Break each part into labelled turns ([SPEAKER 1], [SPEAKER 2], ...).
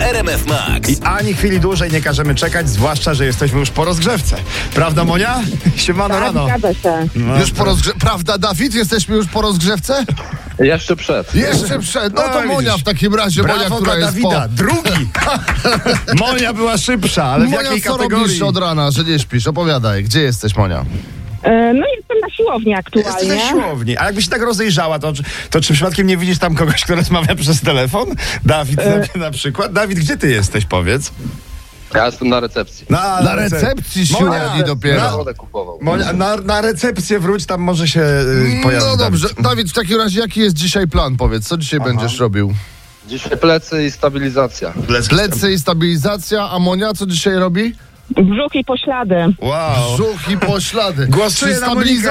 [SPEAKER 1] RMF Max.
[SPEAKER 2] I ani chwili dłużej nie każemy czekać, zwłaszcza, że jesteśmy już po rozgrzewce. Prawda, Monia? Siemano rano.
[SPEAKER 3] Zgadza się.
[SPEAKER 2] No,
[SPEAKER 4] Już po Prawda, Dawid? Jesteśmy już po rozgrzewce?
[SPEAKER 5] Jeszcze przed.
[SPEAKER 4] Jeszcze przed. No to
[SPEAKER 2] No,
[SPEAKER 4] Monia
[SPEAKER 2] widzisz.
[SPEAKER 4] w takim razie. Monia,
[SPEAKER 2] brawo
[SPEAKER 4] która
[SPEAKER 2] dla
[SPEAKER 4] jest
[SPEAKER 2] Dawida. Drugi. Monia była szybsza, ale w
[SPEAKER 4] Monia,
[SPEAKER 2] jakiej
[SPEAKER 4] co
[SPEAKER 2] kategorii?
[SPEAKER 4] robisz od rana, że nie śpisz? Opowiadaj. Gdzie jesteś, Monia?
[SPEAKER 3] No jestem na siłowni
[SPEAKER 2] Jesteś na
[SPEAKER 3] aktualnie.
[SPEAKER 2] siłowni. A jakbyś się tak rozejrzała, to czy przypadkiem nie widzisz tam kogoś, kto rozmawia przez telefon? Dawid na przykład. Dawid, gdzie ty jesteś, powiedz?
[SPEAKER 5] Ja jestem na recepcji.
[SPEAKER 4] Na recepcji siłowni dopiero.
[SPEAKER 5] Wodę kupował.
[SPEAKER 2] Monia, na recepcję wróć, tam może się pojawić.
[SPEAKER 4] No dobrze.
[SPEAKER 2] Dawid.
[SPEAKER 4] Dawid, w takim razie jaki jest dzisiaj plan? Powiedz, co dzisiaj będziesz robił?
[SPEAKER 5] Dzisiaj plecy i stabilizacja.
[SPEAKER 4] Plecy i stabilizacja, a Monia co dzisiaj robi?
[SPEAKER 3] Brzuch i poślady.
[SPEAKER 2] Wow.
[SPEAKER 4] Brzuch i poślady.
[SPEAKER 2] Głosuję
[SPEAKER 4] Czy
[SPEAKER 2] na Monikę.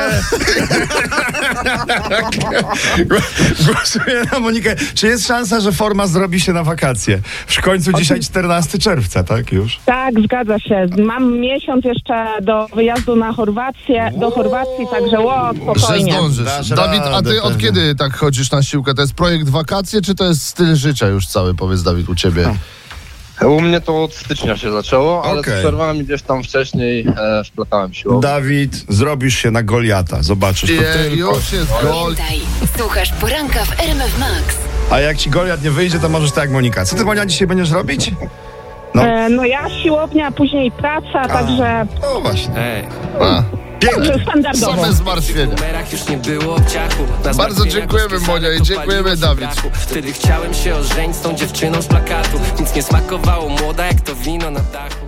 [SPEAKER 2] Głosuję na Monikę. Czy jest szansa, że forma zrobi się na wakacje? W końcu dzisiaj 14 czerwca, tak już?
[SPEAKER 3] Tak, zgadza się. Mam miesiąc jeszcze do wyjazdu na Chorwację, do Chorwacji, także
[SPEAKER 4] Że
[SPEAKER 3] spokojnie.
[SPEAKER 4] zdążysz.
[SPEAKER 2] Dasz
[SPEAKER 4] Dawid, a
[SPEAKER 2] radę
[SPEAKER 4] ty od
[SPEAKER 2] pewnie.
[SPEAKER 4] kiedy tak chodzisz na siłkę? To jest projekt wakacje, czy to jest styl życia już cały, powiedz Dawid, u ciebie?
[SPEAKER 5] U mnie to od stycznia się zaczęło, ale
[SPEAKER 2] Okej.
[SPEAKER 5] z przerwami gdzieś tam wcześniej wplatałem siłownię.
[SPEAKER 2] Dawid, zrobisz się na Goliata. Zobaczysz. To
[SPEAKER 4] Już jest gol.
[SPEAKER 6] Pamiętaj, słuchasz poranka w RMF Max.
[SPEAKER 2] A jak ci Goliat nie wyjdzie, to możesz tak jak Monika. Co ty, Monia, dzisiaj będziesz robić?
[SPEAKER 3] No ja siłownia, później praca, także
[SPEAKER 2] O, właśnie.
[SPEAKER 4] A,
[SPEAKER 3] standardowo.
[SPEAKER 4] same zmartwienia.
[SPEAKER 7] Już nie było obciachu.
[SPEAKER 4] Bardzo dziękujemy, Monia, i dziękujemy, Dawid.
[SPEAKER 7] Wtedy chciałem się ożenić z tą dziewczyną z plakatu. Nic nie smakowało, młoda jak to wino na dachu.